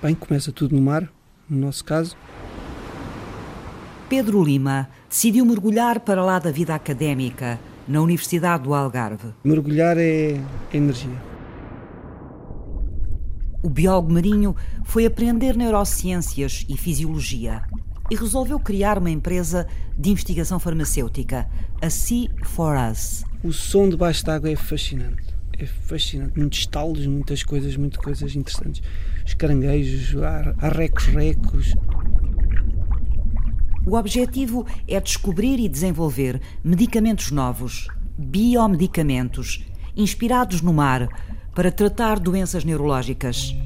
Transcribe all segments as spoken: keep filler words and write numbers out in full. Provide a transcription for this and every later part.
Bem, começa tudo no mar, no nosso caso. Pedro Lima decidiu mergulhar para lá da vida académica, na Universidade do Algarve. Mergulhar é energia. O biólogo marinho foi aprender neurociências e fisiologia e resolveu criar uma empresa de investigação farmacêutica, a Sea for Us. O som debaixo d'água é fascinante. É fascinante. Muitos estalos, muitas coisas, muitas coisas interessantes. Os caranguejos, há, há recos-recos. O objetivo é descobrir e desenvolver medicamentos novos, biomedicamentos, inspirados no mar, para tratar doenças neurológicas.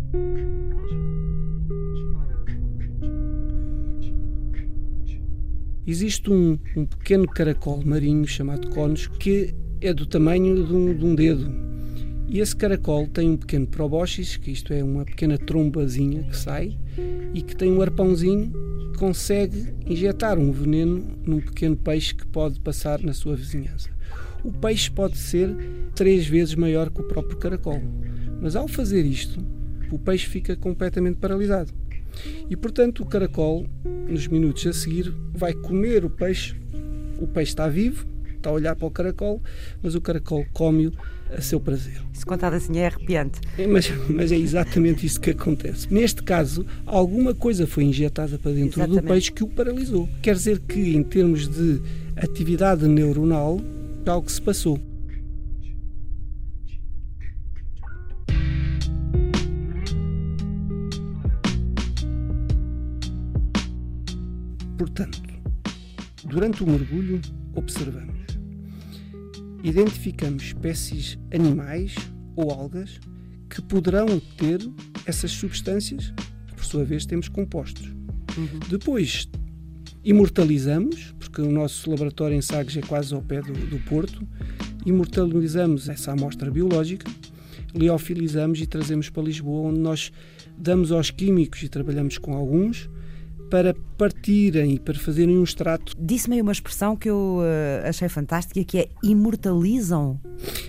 Existe um, um pequeno caracol marinho chamado conos que é do tamanho de um, de um dedo. E esse caracol tem um pequeno probóscis, que isto é uma pequena trombazinha que sai e que tem um arpãozinho que consegue injetar um veneno num pequeno peixe que pode passar na sua vizinhança. O peixe pode ser três vezes maior que o próprio caracol, mas ao fazer isto, o peixe fica completamente paralisado. E, portanto, o caracol, nos minutos a seguir, vai comer o peixe. O peixe está vivo, está a olhar para o caracol, mas o caracol come-o a seu prazer. Se contado assim é arrepiante. É, mas, mas é exatamente isso que acontece. Neste caso, alguma coisa foi injetada para dentro exatamente. do peixe que o paralisou. Quer dizer que, em termos de atividade neuronal, algo se passou. Portanto, durante o mergulho, observamos. Identificamos espécies animais ou algas que poderão ter essas substâncias, que por sua vez temos compostos. Uhum. Depois, imortalizamos, porque o nosso laboratório em Sagres é quase ao pé do, do Porto, imortalizamos essa amostra biológica, liofilizamos e trazemos para Lisboa, onde nós damos aos químicos e trabalhamos com alguns, para partirem e para fazerem um extrato. Disse-me aí uma expressão que eu uh, achei fantástica, que é imortalizam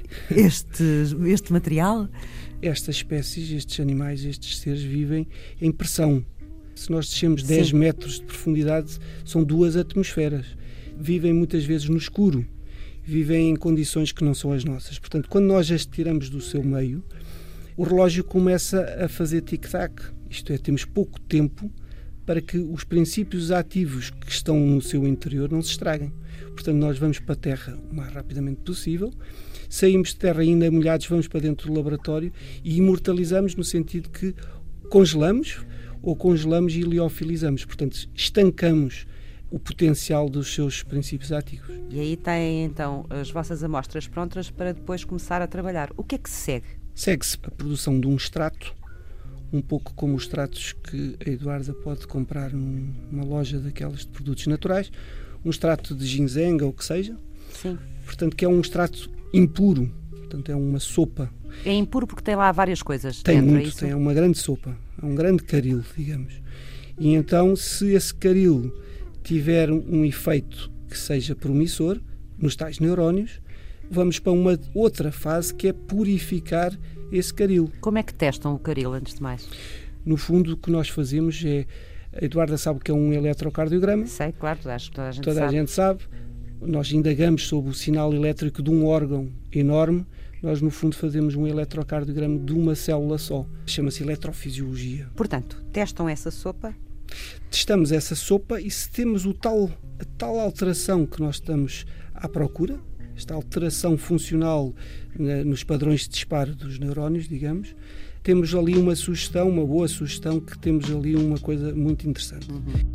este, este material? Estas espécies, estes animais, estes seres vivem em pressão. Se nós descemos dez Sim. metros de profundidade, são duas atmosferas. Vivem muitas vezes no escuro. Vivem em condições que não são as nossas. Portanto, quando nós as tiramos do seu meio, o relógio começa a fazer tic-tac. Isto é, temos pouco tempo para que os princípios ativos que estão no seu interior não se estraguem. Portanto, nós vamos para a terra o mais rapidamente possível, saímos de terra ainda molhados, vamos para dentro do laboratório e imortalizamos no sentido que congelamos ou congelamos e liofilizamos. Portanto, estancamos o potencial dos seus princípios ativos. E aí têm, então, as vossas amostras prontas para depois começar a trabalhar. O que é que se segue? Segue-se a produção de um extrato, um pouco como os extratos que a Eduarda pode comprar numa loja daquelas de produtos naturais, um extrato de ginseng ou o que seja. Sim. Portanto, que é um extrato impuro, portanto é uma sopa. É impuro porque tem lá várias coisas tem dentro, muito, é isso? Tem uma grande sopa, é um grande caril, digamos. E então, se esse caril tiver um efeito que seja promissor, nos tais neurónios, vamos para uma outra fase que é purificar esse caril. Como é que testam o caril, antes de mais? No fundo, o que nós fazemos é... A Eduarda sabe o que é um eletrocardiograma. Sei, claro, acho que toda a gente toda sabe. Toda a gente sabe. Nós indagamos sobre o sinal elétrico de um órgão enorme. Nós, no fundo, fazemos um eletrocardiograma de uma célula só. Chama-se eletrofisiologia. Portanto, testam essa sopa? Testamos essa sopa e se temos o tal, a tal alteração que nós estamos à procura, esta alteração funcional né, nos padrões de disparo dos neurónios, digamos, temos ali uma sugestão, uma boa sugestão, que temos ali uma coisa muito interessante. Uhum.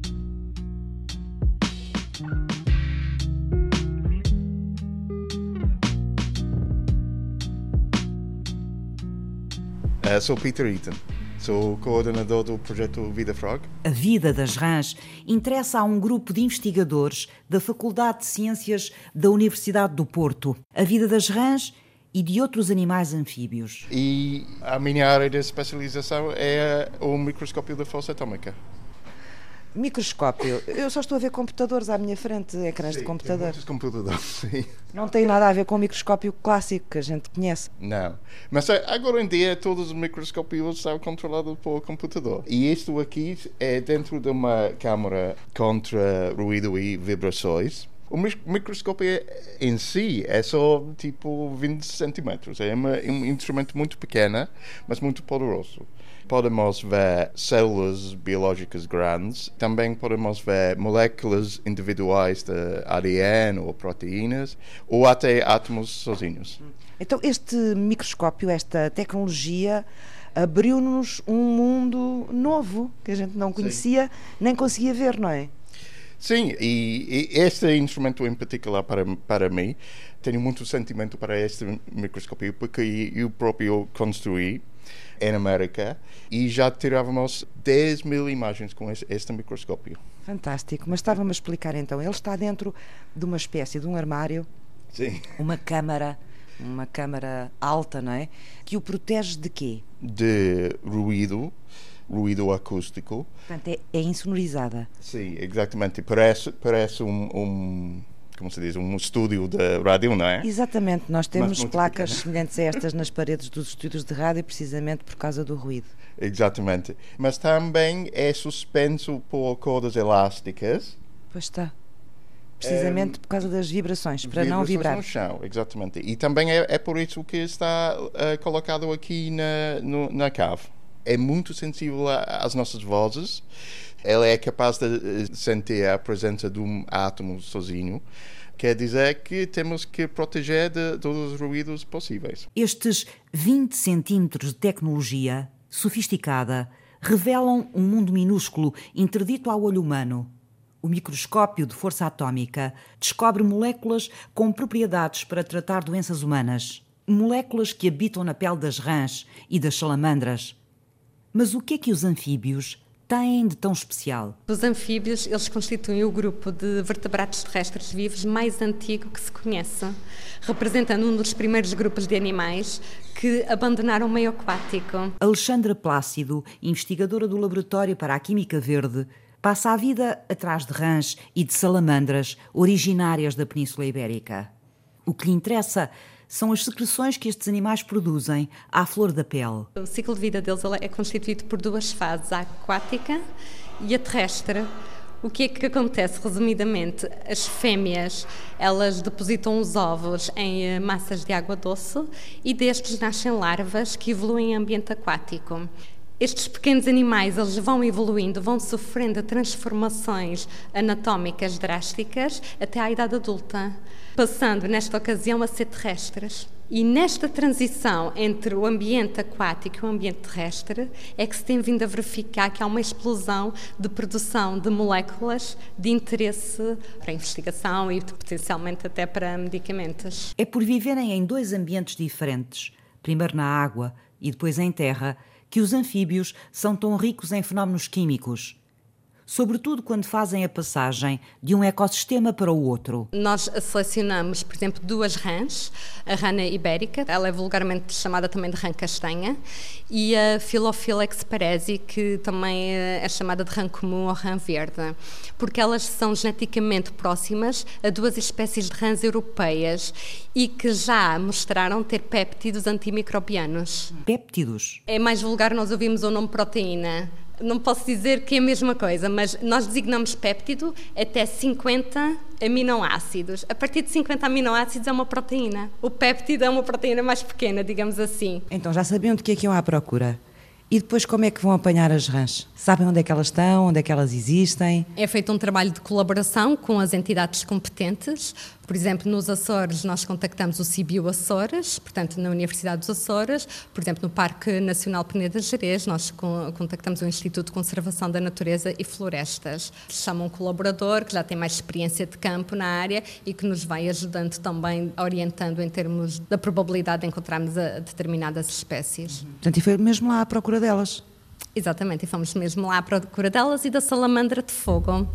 Uh, sou Peter Eaton, sou coordenador do projeto Vida Frog. A vida das rãs interessa a um grupo de investigadores da Faculdade de Ciências da Universidade do Porto. A vida das rãs e de outros animais anfíbios. E a minha área de especialização é o microscópio da força atômica. Microscópio. Eu só estou a ver computadores à minha frente, ecrãs sim, de computador. Muitos computadores, sim. Não tem nada a ver com o microscópio clássico que a gente conhece. Não. Mas agora em dia todos os microscópios são controlados por computador. E isto aqui é dentro de uma câmara contra ruído e vibrações. O microscópio em si é só tipo vinte centímetros. É uma, um instrumento muito pequeno, mas muito poderoso. Podemos ver células biológicas grandes, também podemos ver moléculas individuais de A D N ou proteínas, ou até átomos sozinhos. Então, este microscópio, esta tecnologia, abriu-nos um mundo novo, que a gente não conhecia, sim, nem conseguia ver, não é? Sim, e, e este instrumento em particular para, para mim, tenho muito sentimento para este microscópio, porque eu próprio construí em América e já tirávamos dez mil imagens com este, este microscópio. Fantástico, mas estava-me a explicar então, ele está dentro de uma espécie de um armário, sim, uma câmara, uma câmara alta, não é? Que o protege de quê? De ruído, ruído acústico. Portanto, é, é insonorizada. Sim, exatamente, parece, parece um... um como se diz, um estúdio de rádio, não é? Exatamente, nós temos placas pequena, semelhantes a estas nas paredes dos estúdios de rádio precisamente por causa do ruído. Exatamente, mas também é suspenso por cordas elásticas. Pois está, precisamente um, por causa das vibrações, para vibrações não vibrar. No chão, exatamente, e também é, é por isso que está uh, colocado aqui na, no, na cave. É muito sensível às nossas vozes. Ele é capaz de sentir a presença de um átomo sozinho. Quer dizer que temos que proteger de todos os ruídos possíveis. Estes vinte centímetros de tecnologia sofisticada revelam um mundo minúsculo interdito ao olho humano. O microscópio de força atómica descobre moléculas com propriedades para tratar doenças humanas. Moléculas que habitam na pele das rãs e das salamandras. Mas o que é que os anfíbios têm de tão especial? Os anfíbios, eles constituem o grupo de vertebrados terrestres vivos mais antigo que se conhece, representando um dos primeiros grupos de animais que abandonaram o meio aquático. Alexandra Plácido, investigadora do Laboratório para a Química Verde, passa a vida atrás de rãs e de salamandras originárias da Península Ibérica. O que lhe interessa são as secreções que estes animais produzem à flor da pele. O ciclo de vida deles é constituído por duas fases, a aquática e a terrestre. O que é que acontece, resumidamente? As fêmeas, elas depositam os ovos em massas de água doce e destes nascem larvas que evoluem em ambiente aquático. Estes pequenos animais, eles vão evoluindo, vão sofrendo transformações anatómicas drásticas até à idade adulta, passando, nesta ocasião, a ser terrestres. E nesta transição entre o ambiente aquático e o ambiente terrestre é que se tem vindo a verificar que há uma explosão de produção de moléculas de interesse para a investigação e potencialmente até para medicamentos. É por viverem em dois ambientes diferentes, primeiro na água e depois em terra, que os anfíbios são tão ricos em fenómenos químicos, sobretudo quando fazem a passagem de um ecossistema para o outro. Nós selecionamos, por exemplo, duas rãs, a rana ibérica, ela é vulgarmente chamada também de rã castanha, e a Philophylex paresi, que também é chamada de rã comum ou rã verde, porque elas são geneticamente próximas a duas espécies de rãs europeias e que já mostraram ter péptidos antimicrobianos. Péptidos? É mais vulgar, nós ouvimos o nome proteína. Não posso dizer que é a mesma coisa, mas nós designamos péptido até cinquenta aminoácidos. A partir de cinquenta aminoácidos é uma proteína. O péptido é uma proteína mais pequena, digamos assim. Então já sabiam de que é que iam à procura? E depois como é que vão apanhar as rãs? Sabem onde é que elas estão, onde é que elas existem? É feito um trabalho de colaboração com as entidades competentes. Por exemplo, nos Açores nós contactamos o CIBIO Açores, portanto na Universidade dos Açores. Por exemplo, no Parque Nacional Peneda Gerês nós contactamos o Instituto de Conservação da Natureza e Florestas. Chama um colaborador que já tem mais experiência de campo na área e que nos vai ajudando também, orientando em termos da probabilidade de encontrarmos a determinadas espécies. Portanto, e foi mesmo lá à procura delas? Exatamente, e fomos mesmo lá à procura delas e da salamandra de fogo.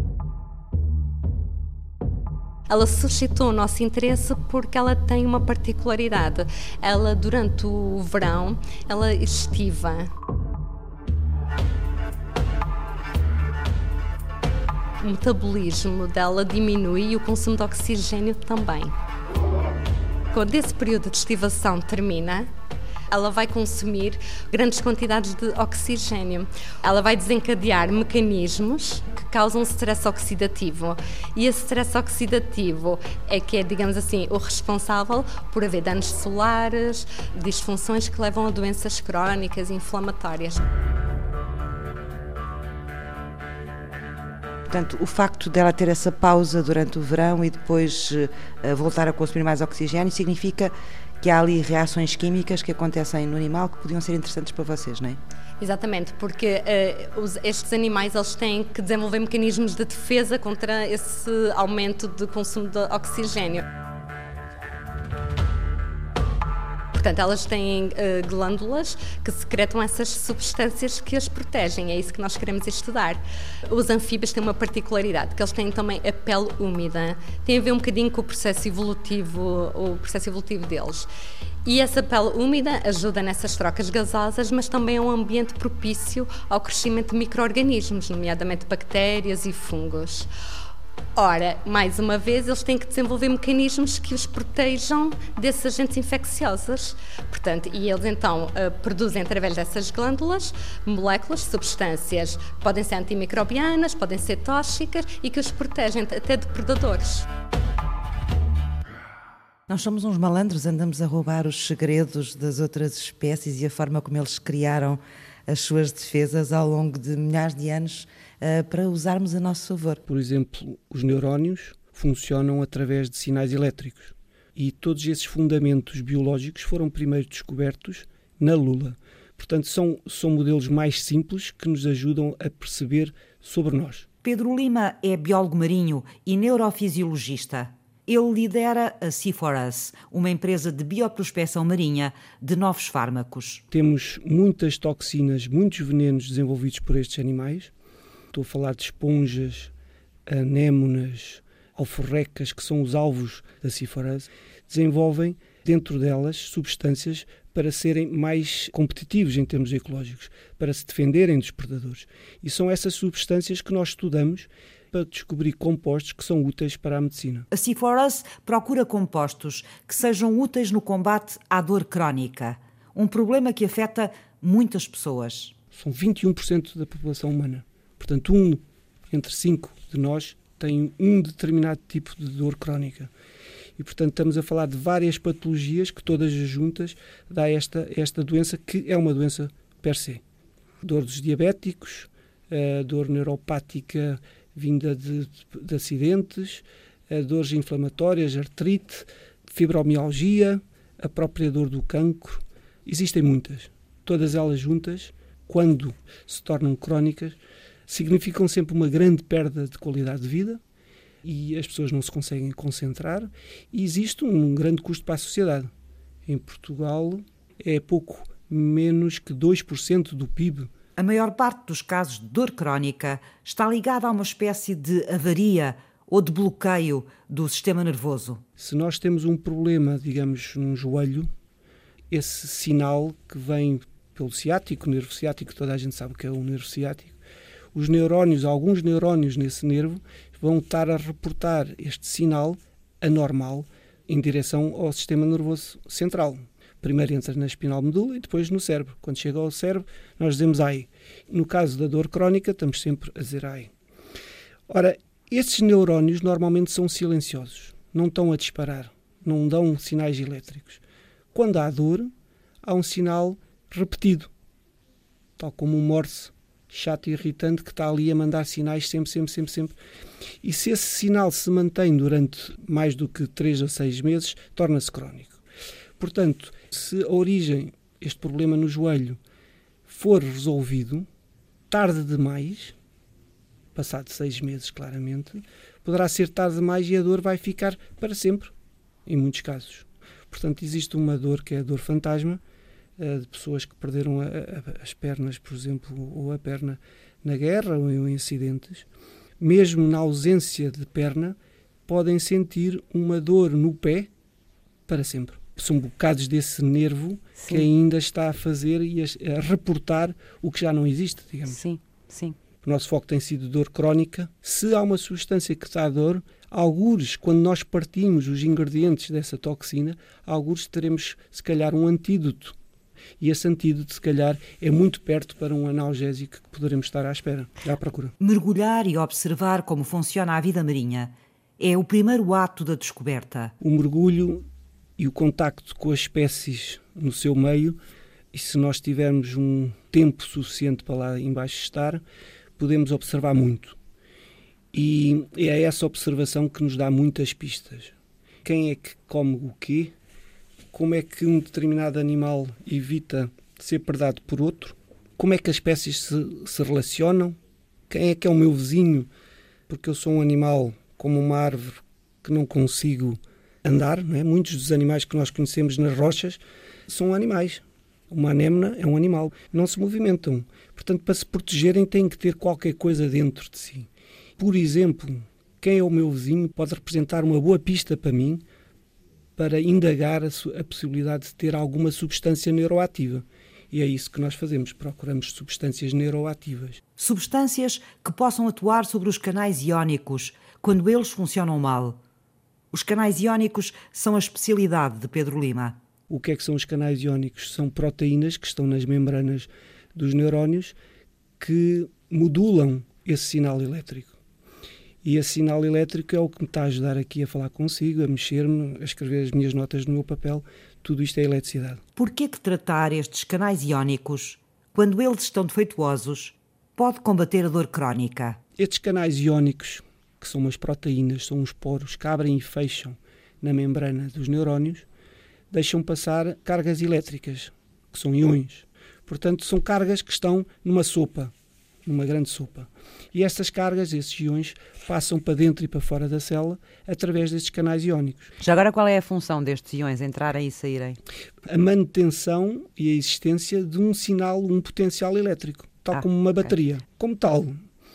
Ela suscitou o nosso interesse porque ela tem uma particularidade. Ela, durante o verão, ela estiva. o metabolismo dela diminui e o consumo de oxigênio também. Quando esse período de estivação termina, ela vai consumir grandes quantidades de oxigênio. Ela vai desencadear mecanismos que causam stress oxidativo. E esse stress oxidativo é que é, digamos assim, o responsável por haver danos solares, disfunções que levam a doenças crónicas e inflamatórias. Portanto, o facto dela ter essa pausa durante o verão e depois uh, voltar a consumir mais oxigênio significa que há ali reações químicas que acontecem no animal que podiam ser interessantes para vocês, não é? Exatamente, porque uh, os, estes animais eles têm que desenvolver mecanismos de defesa contra esse aumento de consumo de oxigênio. Portanto, elas têm uh, glândulas que secretam essas substâncias que as protegem, é isso que nós queremos estudar. Os anfíbios têm uma particularidade, que eles têm também a pele úmida, tem a ver um bocadinho com o processo evolutivo, o processo evolutivo deles. E essa pele úmida ajuda nessas trocas gasosas, mas também é um ambiente propício ao crescimento de micro-organismos, nomeadamente bactérias e fungos. Ora, mais uma vez, eles têm que desenvolver mecanismos que os protejam desses agentes infecciosos. Portanto, e eles então uh, produzem através dessas glândulas moléculas, substâncias, podem ser antimicrobianas, podem ser tóxicas e que os protegem até de predadores. Nós somos uns malandros, andamos a roubar os segredos das outras espécies e a forma como eles criaram as suas defesas ao longo de milhares de anos uh, para usarmos a nosso favor. Por exemplo, os neurónios funcionam através de sinais elétricos e todos esses fundamentos biológicos foram primeiro descobertos na lula. Portanto, são, são modelos mais simples que nos ajudam a perceber sobre nós. Pedro Lima é biólogo marinho e neurofisiologista. Ele lidera a C quatro S, uma empresa de bioprospecção marinha de novos fármacos. Temos muitas toxinas, muitos venenos desenvolvidos por estes animais. Estou a falar de esponjas, anémonas, alforrecas, que são os alvos da C quatro S. Desenvolvem dentro delas substâncias para serem mais competitivos em termos ecológicos, para se defenderem dos predadores. E são essas substâncias que nós estudamos para descobrir compostos que são úteis para a medicina. A C quatro S procura compostos que sejam úteis no combate à dor crónica, um problema que afeta muitas pessoas. São vinte e um por cento da população humana. Portanto, um entre cinco de nós tem um determinado tipo de dor crónica. E, portanto, estamos a falar de várias patologias que todas as juntas dá esta, esta doença, que é uma doença per se. Dor dos diabéticos, a dor neuropática vinda de, de acidentes, a dores inflamatórias, artrite, fibromialgia, a própria dor do cancro. Existem muitas. Todas elas juntas, quando se tornam crónicas, significam sempre uma grande perda de qualidade de vida e as pessoas não se conseguem concentrar e existe um grande custo para a sociedade. Em Portugal é pouco menos que dois por cento do P I B. A maior parte dos casos de dor crónica está ligada a uma espécie de avaria ou de bloqueio do sistema nervoso. Se nós temos um problema, digamos, num joelho, esse sinal que vem pelo ciático, nervo ciático, toda a gente sabe que é o nervo ciático, os neurónios, alguns neurónios nesse nervo, vão estar a reportar este sinal anormal em direção ao sistema nervoso central. Primeiro entra na espinal medula e depois no cérebro. Quando chega ao cérebro, nós dizemos ai. No caso da dor crónica, estamos sempre a dizer ai. Ora, estes neurónios normalmente são silenciosos, não estão a disparar, não dão sinais elétricos. Quando há dor, há um sinal repetido, tal como um morse chato e irritante que está ali a mandar sinais sempre, sempre, sempre, sempre. E se esse sinal se mantém durante mais do que três a seis meses, torna-se crónico. Portanto, se a origem, este problema no joelho, for resolvido, tarde demais, passado seis meses claramente, poderá ser tarde demais e a dor vai ficar para sempre, em muitos casos. Portanto, existe uma dor que é a dor fantasma, de pessoas que perderam a, a, as pernas, por exemplo, ou a perna na guerra ou em acidentes. Mesmo na ausência de perna, podem sentir uma dor no pé para sempre. São bocados desse nervo sim. que ainda está a fazer e a, a reportar o que já não existe, digamos. Sim, sim. o nosso foco tem sido dor crónica. Se há uma substância que dá dor, algures, quando nós partimos os ingredientes dessa toxina, algures teremos, se calhar, um antídoto. E esse antídoto, se calhar, é muito perto para um analgésico que poderemos estar à espera, à procura. Mergulhar e observar como funciona a vida marinha é o primeiro ato da descoberta. O mergulho e o contacto com as espécies no seu meio, e se nós tivermos um tempo suficiente para lá embaixo estar, podemos observar muito. E é essa observação que nos dá muitas pistas. Quem é que come o quê? Como é que um determinado animal evita ser predado por outro? Como é que as espécies se, se relacionam? Quem é que é o meu vizinho? Porque eu sou um animal como uma árvore que não consigo andar, não é? Muitos dos animais que nós conhecemos nas rochas são animais. Uma anémona é um animal. Não se movimentam. Portanto, para se protegerem têm que ter qualquer coisa dentro de si. Por exemplo, quem é o meu vizinho pode representar uma boa pista para mim para indagar a, a possibilidade de ter alguma substância neuroativa. E é isso que nós fazemos, procuramos substâncias neuroativas. Substâncias que possam atuar sobre os canais iónicos quando eles funcionam mal. Os canais iónicos são a especialidade de Pedro Lima. O que é que são os canais iónicos? São proteínas que estão nas membranas dos neurónios que modulam esse sinal elétrico. E esse sinal elétrico é o que me está a ajudar aqui a falar consigo, a mexer-me, a escrever as minhas notas no meu papel. Tudo isto é eletricidade. Por que que tratar estes canais iónicos, quando eles estão defeituosos, pode combater a dor crónica? Estes canais iónicos, que são umas proteínas, são uns poros que abrem e fecham na membrana dos neurónios, deixam passar cargas elétricas, que são íons. Portanto, são cargas que estão numa sopa, numa grande sopa. E estas cargas, esses íons, passam para dentro e para fora da célula através destes canais iónicos. Já agora, qual é a função destes íons, entrarem e saírem? A manutenção e a existência de um sinal, um potencial elétrico, tal ah, como uma bateria. Okay. Como tal,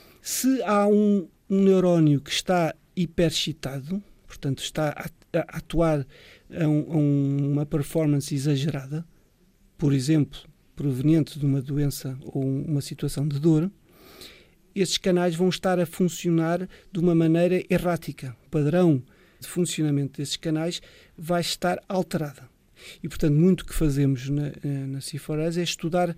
se há um, um neurónio que está hiperexcitado, portanto está a, a atuar a, um, a uma performance exagerada, por exemplo, proveniente de uma doença ou uma situação de dor, estes canais vão estar a funcionar de uma maneira errática. O padrão de funcionamento desses canais vai estar alterado. E, portanto, muito que fazemos na, na C quatro S é estudar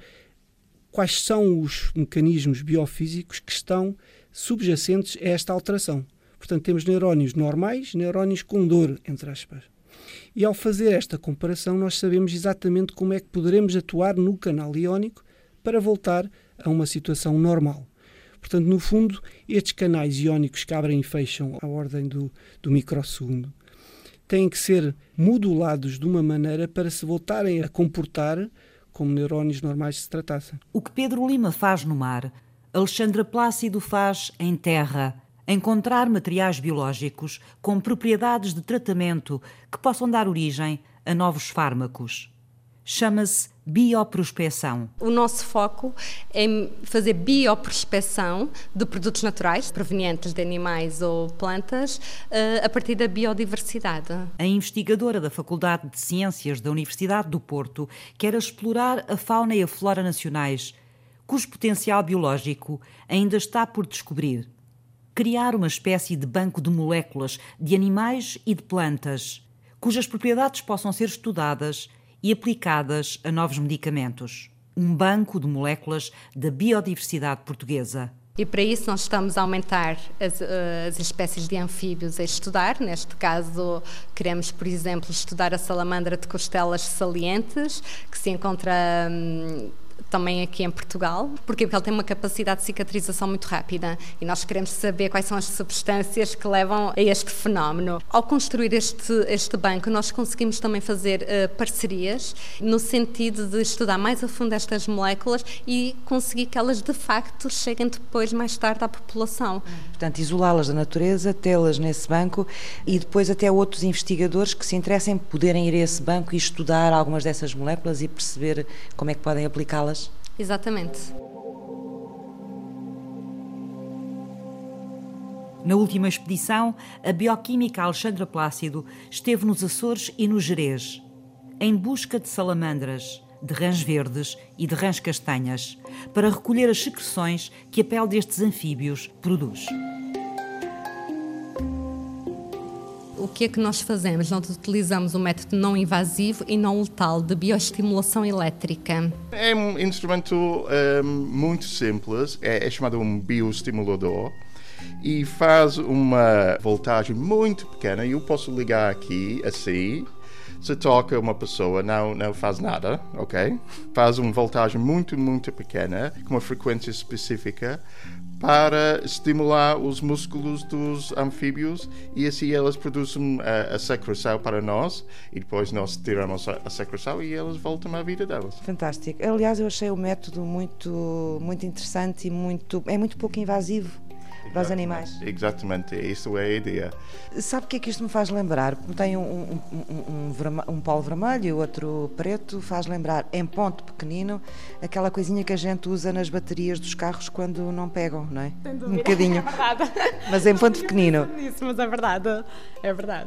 quais são os mecanismos biofísicos que estão subjacentes a esta alteração. Portanto, temos neurónios normais, neurónios com dor, entre aspas. E ao fazer esta comparação, nós sabemos exatamente como é que poderemos atuar no canal iónico para voltar a uma situação normal. Portanto, no fundo, estes canais iónicos que abrem e fecham à ordem do, do microsegundo têm que ser modulados de uma maneira para se voltarem a comportar como neurónios normais se tratassem. O que Pedro Lima faz no mar, Alexandra Plácido faz em terra. Encontrar materiais biológicos com propriedades de tratamento que possam dar origem a novos fármacos. Chama-se bioprospecção. O nosso foco é fazer bioprospecção de produtos naturais provenientes de animais ou plantas a partir da biodiversidade. A investigadora da Faculdade de Ciências da Universidade do Porto quer explorar a fauna e a flora nacionais, cujo potencial biológico ainda está por descobrir. Criar uma espécie de banco de moléculas de animais e de plantas, cujas propriedades possam ser estudadas e aplicadas a novos medicamentos. Um banco de moléculas da biodiversidade portuguesa. E para isso nós estamos a aumentar as, as espécies de anfíbios a estudar. Neste caso, queremos, por exemplo, estudar a salamandra de costelas salientes, que se encontra hum, também aqui em Portugal. Porquê? Porque ele tem uma capacidade de cicatrização muito rápida e nós queremos saber quais são as substâncias que levam a este fenómeno. Ao construir este, este banco, nós conseguimos também fazer uh, parcerias no sentido de estudar mais a fundo estas moléculas e conseguir que elas, de facto, cheguem depois, mais tarde, à população. Portanto, isolá-las da natureza, tê-las nesse banco e depois até outros investigadores que se interessem poderem ir a esse banco e estudar algumas dessas moléculas e perceber como é que podem aplicá-las. Exatamente. Na última expedição, a bioquímica Alexandra Plácido esteve nos Açores e no Gerês, em busca de salamandras, de rãs verdes e de rãs castanhas, para recolher as secreções que a pele destes anfíbios produz. O que é que nós fazemos? Nós utilizamos um método não invasivo e não letal de bioestimulação elétrica. É um instrumento um, muito simples, é, é chamado um bioestimulador e faz uma voltagem muito pequena. Eu posso ligar aqui, assim, se toca uma pessoa, não, não faz nada, ok? Faz uma voltagem muito, muito pequena, com uma frequência específica, para estimular os músculos dos anfíbios e assim elas produzem a, a secreção para nós e depois nós tiramos a, a secreção e elas voltam à vida delas. Fantástico. Aliás, eu achei o método muito, muito interessante e muito, é muito pouco invasivo para os animais. Exatamente, isso é a ideia. Sabe o que é que isto me faz lembrar? Tem um, um, um, um, um polo vermelho e o outro preto, faz lembrar, em ponto pequenino, aquela coisinha que a gente usa nas baterias dos carros quando não pegam, não é? Sem dúvida. Um bocadinho. É verdade. Mas em ponto pequenino. Isso, mas é verdade. É verdade.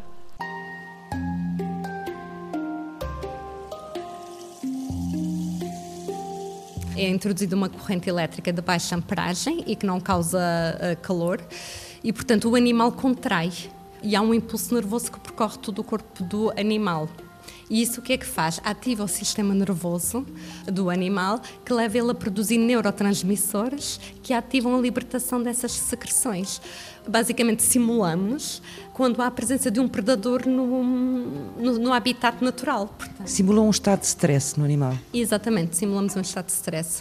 É introduzida uma corrente elétrica de baixa amperagem e que não causa uh, calor e, portanto, o animal contrai e há um impulso nervoso que percorre todo o corpo do animal. E isso o que é que faz? Ativa o sistema nervoso do animal, que leva ele a produzir neurotransmissores que ativam a libertação dessas secreções. Basicamente simulamos quando há a presença de um predador no, no, no habitat natural. Portanto. Simula um estado de stress no animal. Exatamente, simulamos um estado de stress.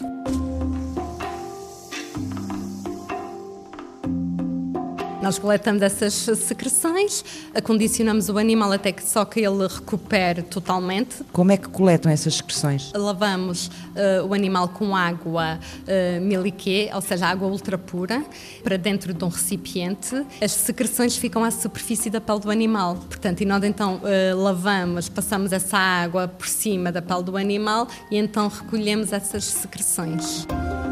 Nós coletamos essas secreções, acondicionamos o animal até que só que ele recupere totalmente. Como é que coletam essas secreções? Lavamos uh, o animal com água uh, miliquê, ou seja, água ultra pura, para dentro de um recipiente. As secreções ficam à superfície da pele do animal. Portanto, e nós então uh, lavamos, passamos essa água por cima da pele do animal e então recolhemos essas secreções.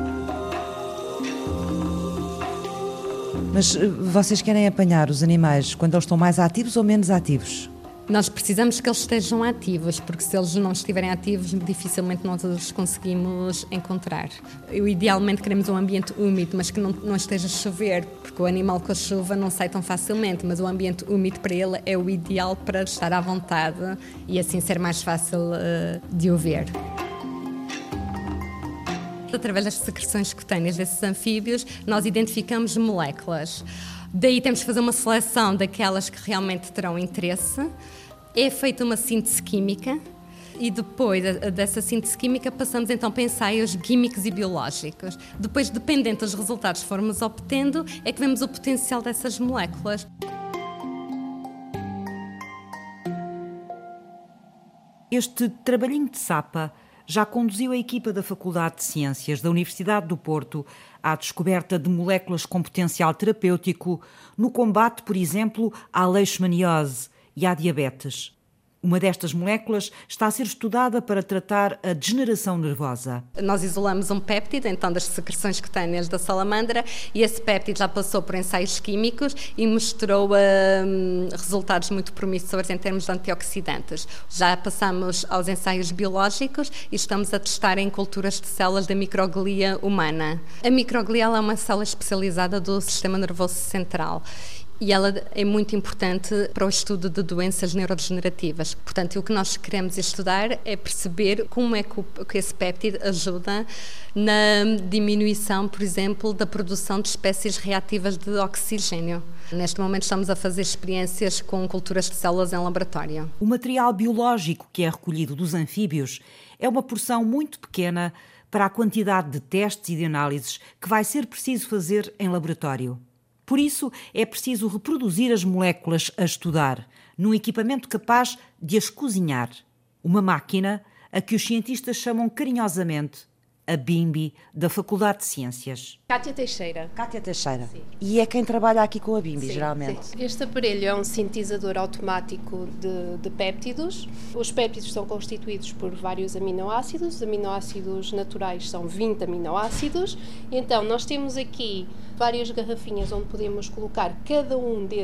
Mas vocês querem apanhar os animais quando eles estão mais ativos ou menos ativos? Nós precisamos que eles estejam ativos, porque se eles não estiverem ativos, dificilmente nós os conseguimos encontrar. Eu, idealmente queremos um ambiente úmido, mas que não, não esteja a chover, porque o animal com a chuva não sai tão facilmente, mas o ambiente úmido para ele é o ideal para estar à vontade e assim ser mais fácil uh, de o ver. Através das secreções cutâneas desses anfíbios, nós identificamos moléculas. Daí temos que fazer uma seleção daquelas que realmente terão interesse. É feita uma síntese química e depois dessa síntese química passamos então para ensaios químicos e biológicos. Depois, dependendo dos resultados que formos obtendo, é que vemos o potencial dessas moléculas. Este trabalhinho de sapa já conduziu a equipa da Faculdade de Ciências da Universidade do Porto à descoberta de moléculas com potencial terapêutico no combate, por exemplo, à leishmaniose e à diabetes. Uma destas moléculas está a ser estudada para tratar a degeneração nervosa. Nós isolamos um péptido, então, das secreções cutâneas da salamandra e esse péptido já passou por ensaios químicos e mostrou hum, resultados muito promissores em termos de antioxidantes. Já passamos aos ensaios biológicos e estamos a testar em culturas de células da microglia humana. A microglia é uma célula especializada do sistema nervoso central. E ela é muito importante para o estudo de doenças neurodegenerativas. Portanto, o que nós queremos estudar é perceber como é que, o, que esse péptido ajuda na diminuição, por exemplo, da produção de espécies reativas de oxigênio. Neste momento estamos a fazer experiências com culturas de células em laboratório. O material biológico que é recolhido dos anfíbios é uma porção muito pequena para a quantidade de testes e de análises que vai ser preciso fazer em laboratório. Por isso, é preciso reproduzir as moléculas a estudar, num equipamento capaz de as cozinhar. Uma máquina a que os cientistas chamam carinhosamente a Bimbi, da Faculdade de Ciências. Cátia Teixeira. Cátia Teixeira. Sim. E é quem trabalha aqui com a Bimbi, Sim, geralmente. Sim. Este aparelho é um sintetizador automático de, de péptidos. Os péptidos são constituídos por vários aminoácidos. Os aminoácidos naturais são vinte aminoácidos. Então, nós temos aqui várias garrafinhas onde podemos colocar cada um desses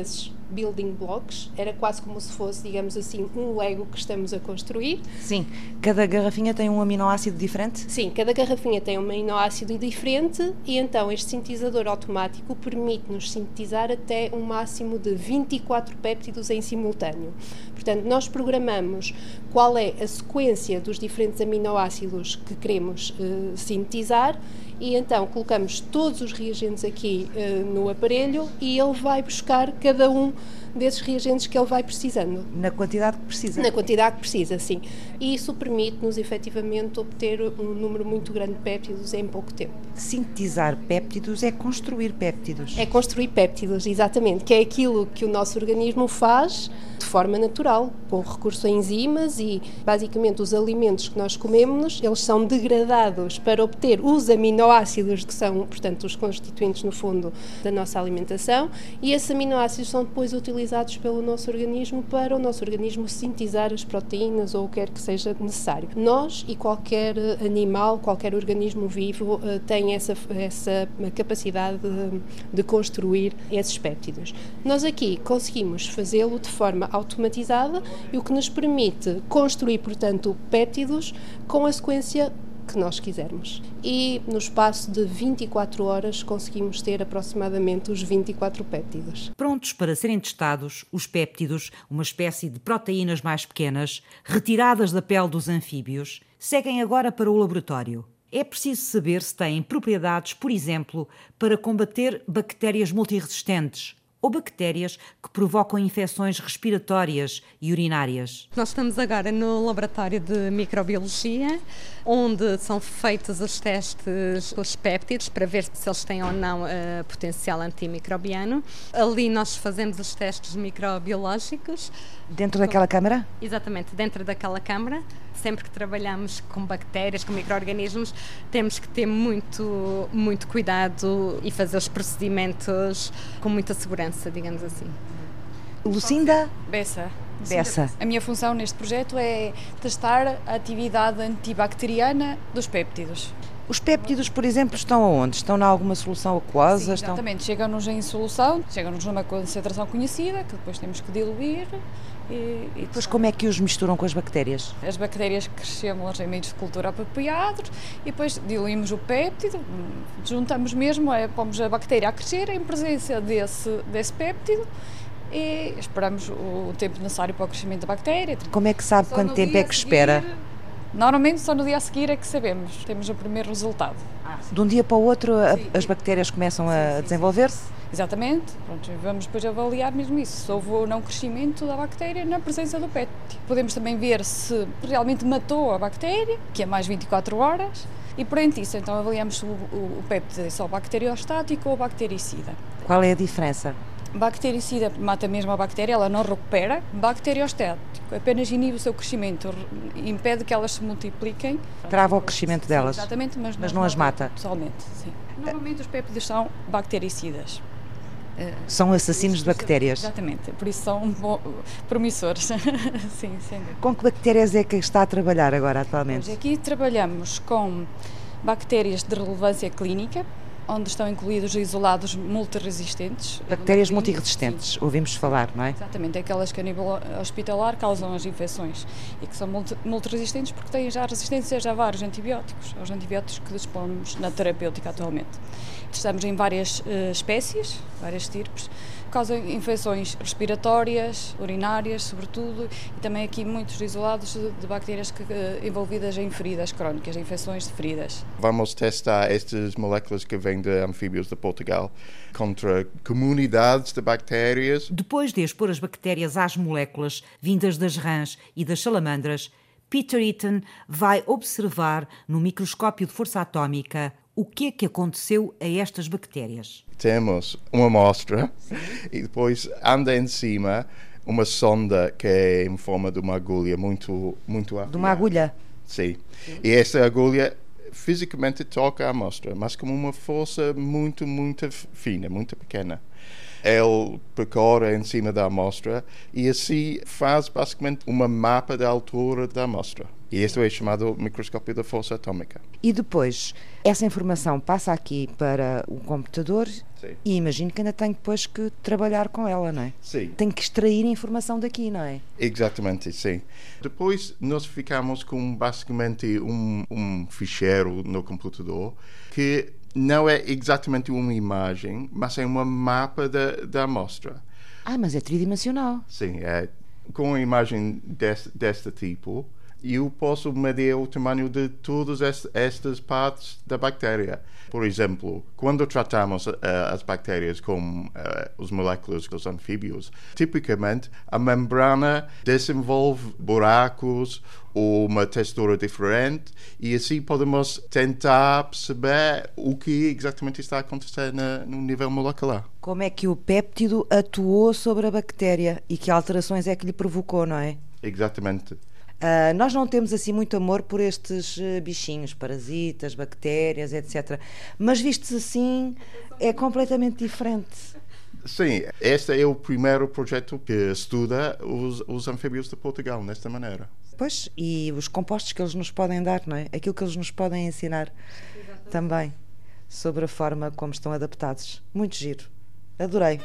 building blocks, era quase como se fosse, digamos assim, um Lego que estamos a construir. Sim, cada garrafinha tem um aminoácido diferente? Sim, cada garrafinha tem um aminoácido diferente e então este sintetizador automático permite-nos sintetizar até um máximo de vinte e quatro péptidos em simultâneo. Portanto, nós programamos qual é a sequência dos diferentes aminoácidos que queremos uh, sintetizar e então colocamos todos os reagentes aqui uh, no aparelho e ele vai buscar cada um desses reagentes que ele vai precisando. Na quantidade que precisa? Na quantidade que precisa, sim. E isso permite-nos, efetivamente, obter um número muito grande de péptidos em pouco tempo. Sintetizar péptidos é construir péptidos. É construir péptidos, exatamente, que é aquilo que o nosso organismo faz de forma natural, com recurso a enzimas e, basicamente, os alimentos que nós comemos, eles são degradados para obter os aminoácidos que são, portanto, os constituintes, no fundo, da nossa alimentação, e esses aminoácidos são depois utilizados pelo nosso organismo para o nosso organismo sintetizar as proteínas ou o que quer que seja necessário. Nós e qualquer animal, qualquer organismo vivo tem essa, essa capacidade de, de construir esses péptidos. Nós aqui conseguimos fazê-lo de forma automatizada e o que nos permite construir, portanto, péptidos com a sequência que nós quisermos. E no espaço de vinte e quatro horas conseguimos ter aproximadamente os vinte e quatro péptidos. Prontos para serem testados, os péptidos, uma espécie de proteínas mais pequenas, retiradas da pele dos anfíbios, seguem agora para o laboratório. É preciso saber se têm propriedades, por exemplo, para combater bactérias multiresistentes ou bactérias que provocam infecções respiratórias e urinárias. Nós estamos agora no laboratório de microbiologia, onde são feitos os testes dos péptidos para ver se eles têm ou não uh, potencial antimicrobiano. Ali nós fazemos os testes microbiológicos. Dentro daquela câmara? Exatamente, dentro daquela câmara. Sempre que trabalhamos com bactérias, com micro-organismos, temos que ter muito, muito cuidado e fazer os procedimentos com muita segurança, digamos assim. Lucinda? Bessa. Bessa. A minha função neste projeto é testar a atividade antibacteriana dos péptidos. Os péptidos, por exemplo, estão aonde? Estão em alguma solução aquosa? Sim, estão... exatamente. Chegam-nos em solução, chegam-nos numa concentração conhecida, que depois temos que diluir. E, e depois como é que os misturam com as bactérias? As bactérias crescemos em meios de cultura apropriados e depois diluímos o péptido, juntamos mesmo, é, pomos a bactéria a crescer em presença desse, desse péptido e esperamos o tempo necessário para o crescimento da bactéria. Como é que sabe só quanto tempo é que seguir, espera? Normalmente só no dia a seguir é que sabemos, temos o primeiro resultado. De um dia para o outro sim. as bactérias começam sim, a sim, desenvolver-se? Exatamente, pronto, vamos depois avaliar mesmo isso, se houve ou não crescimento da bactéria na presença do péptido. Podemos também ver se realmente matou a bactéria, que é mais vinte e quatro horas, e perante isso então avaliamos se o, o, o péptido é só bacteriostático ou bactericida. Qual é a diferença? Bactericida mata mesmo a bactéria, ela não recupera. Bacteriostático apenas inibe o seu crescimento, impede que elas se multipliquem. Trava o crescimento delas. Sim, exatamente, mas, mas não as mata. Pessoalmente, sim. Normalmente os péptidos são bactericidas. São assassinos de bactérias. Exatamente, por isso são bom, promissores. Sim, sim. Com que bactérias é que está a trabalhar agora atualmente? Hoje aqui trabalhamos com bactérias de relevância clínica, onde estão incluídos isolados multiresistentes. Bactérias multiresistentes, sim. Ouvimos falar, não é? Exatamente, aquelas que a nível hospitalar causam as infecções e que são multi, multiresistentes porque têm já resistência a vários antibióticos, aos antibióticos que dispomos na terapêutica atualmente. Estamos em várias uh, espécies, várias estirpes, causam infecções respiratórias, urinárias, sobretudo, e também aqui muitos isolados de, de bactérias que, uh, envolvidas em feridas crónicas, infecções de feridas. Vamos testar estas moléculas que vêm de anfíbios de Portugal contra comunidades de bactérias. Depois de expor as bactérias às moléculas vindas das rãs e das salamandras, Peter Eaton vai observar no microscópio de força atómica o que é que aconteceu a estas bactérias. Temos uma amostra e depois anda em cima uma sonda que é em forma de uma agulha muito muito De uma agulha? Sim. E essa agulha fisicamente toca a amostra, mas com uma força muito, muito fina, muito pequena. Ele percorre em cima da amostra e assim faz basicamente uma mapa da altura da amostra. E isto é chamado microscópio da força atômica. E depois, essa informação passa aqui para o computador. Sim. E imagino que ainda tenho depois que trabalhar com ela, não é? Sim. Tenho que extrair informação daqui, não é? Exatamente, sim. Depois nós ficamos com basicamente um, um ficheiro no computador que não é exatamente uma imagem, mas é uma mapa da, da amostra. Ah, mas é tridimensional. Sim, é com uma imagem deste, deste tipo. Eu posso medir o tamanho de todas estas partes da bactéria. Por exemplo, quando tratamos uh, as bactérias com uh, os moléculas dos anfíbios, tipicamente a membrana desenvolve buracos ou uma textura diferente e assim podemos tentar perceber o que exatamente está a acontecer na, no nível molecular. Como é que o péptido atuou sobre a bactéria e que alterações é que lhe provocou, não é? Exatamente. Uh, nós não temos assim muito amor por estes uh, bichinhos, parasitas, bactérias, etcétera. Mas vistos assim, é completamente diferente. Sim, este é o primeiro projeto que estuda os, os anfíbios de Portugal, nesta maneira. Pois, e os compostos que eles nos podem dar, não é? Aquilo que eles nos podem ensinar. Exatamente. Também, sobre a forma como estão adaptados. Muito giro. Adorei.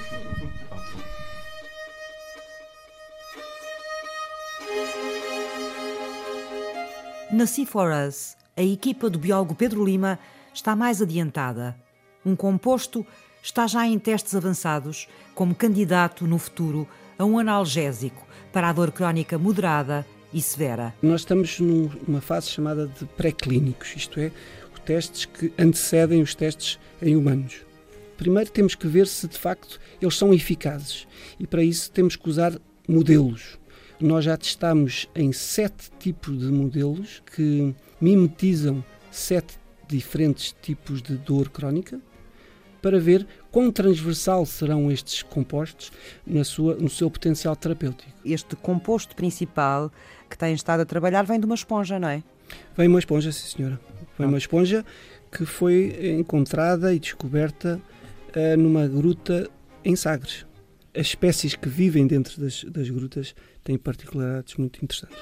Na C quatro Us, a equipa do biólogo Pedro Lima está mais adiantada. Um composto está já em testes avançados como candidato no futuro a um analgésico para a dor crónica moderada e severa. Nós estamos numa fase chamada de pré-clínicos, isto é, os testes que antecedem os testes em humanos. Primeiro temos que ver se de facto eles são eficazes e para isso temos que usar modelos. Nós já testámos em sete tipos de modelos que mimetizam sete diferentes tipos de dor crónica para ver quão transversal serão estes compostos na sua, no seu potencial terapêutico. Este composto principal que tem estado a trabalhar vem de uma esponja, não é? Vem uma esponja, sim senhora. Vem uma esponja que foi encontrada e descoberta uh, numa gruta em Sagres. As espécies que vivem dentro das, das grutas têm particularidades muito interessantes.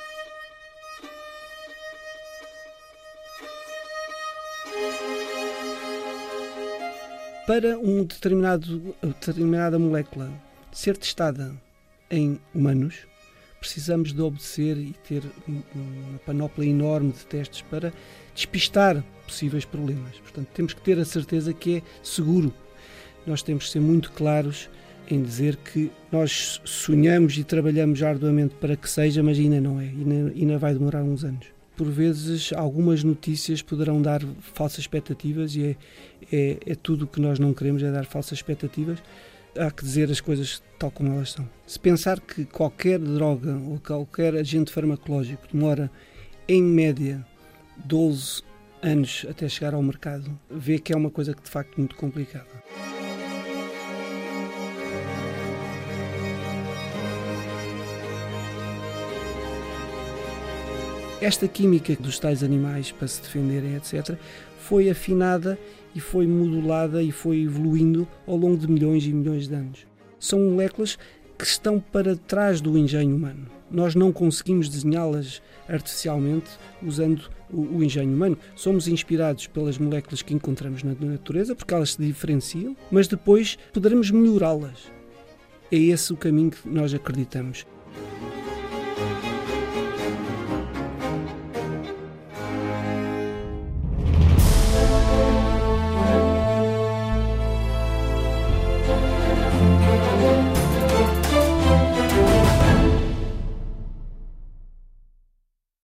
Para um determinado, determinada molécula ser testada em humanos, precisamos de obedecer e ter uma panóplia enorme de testes para despistar possíveis problemas. Portanto, temos que ter a certeza que é seguro. Nós temos que ser muito claros em dizer que nós sonhamos e trabalhamos arduamente para que seja, mas ainda não é, ainda, ainda vai demorar uns anos. Por vezes, algumas notícias poderão dar falsas expectativas e é, é, é tudo o que nós não queremos, é dar falsas expectativas. Há que dizer as coisas tal como elas são. Se pensar que qualquer droga ou qualquer agente farmacológico demora, em média, doze anos até chegar ao mercado, vê que é uma coisa que de facto é muito complicada. Esta química dos tais animais para se defenderem, etcétera, foi afinada e foi modulada e foi evoluindo ao longo de milhões e milhões de anos. São moléculas que estão para trás do engenho humano. Nós não conseguimos desenhá-las artificialmente usando o, o engenho humano. Somos inspirados pelas moléculas que encontramos na natureza, porque elas se diferenciam, mas depois poderemos melhorá-las. É esse o caminho que nós acreditamos.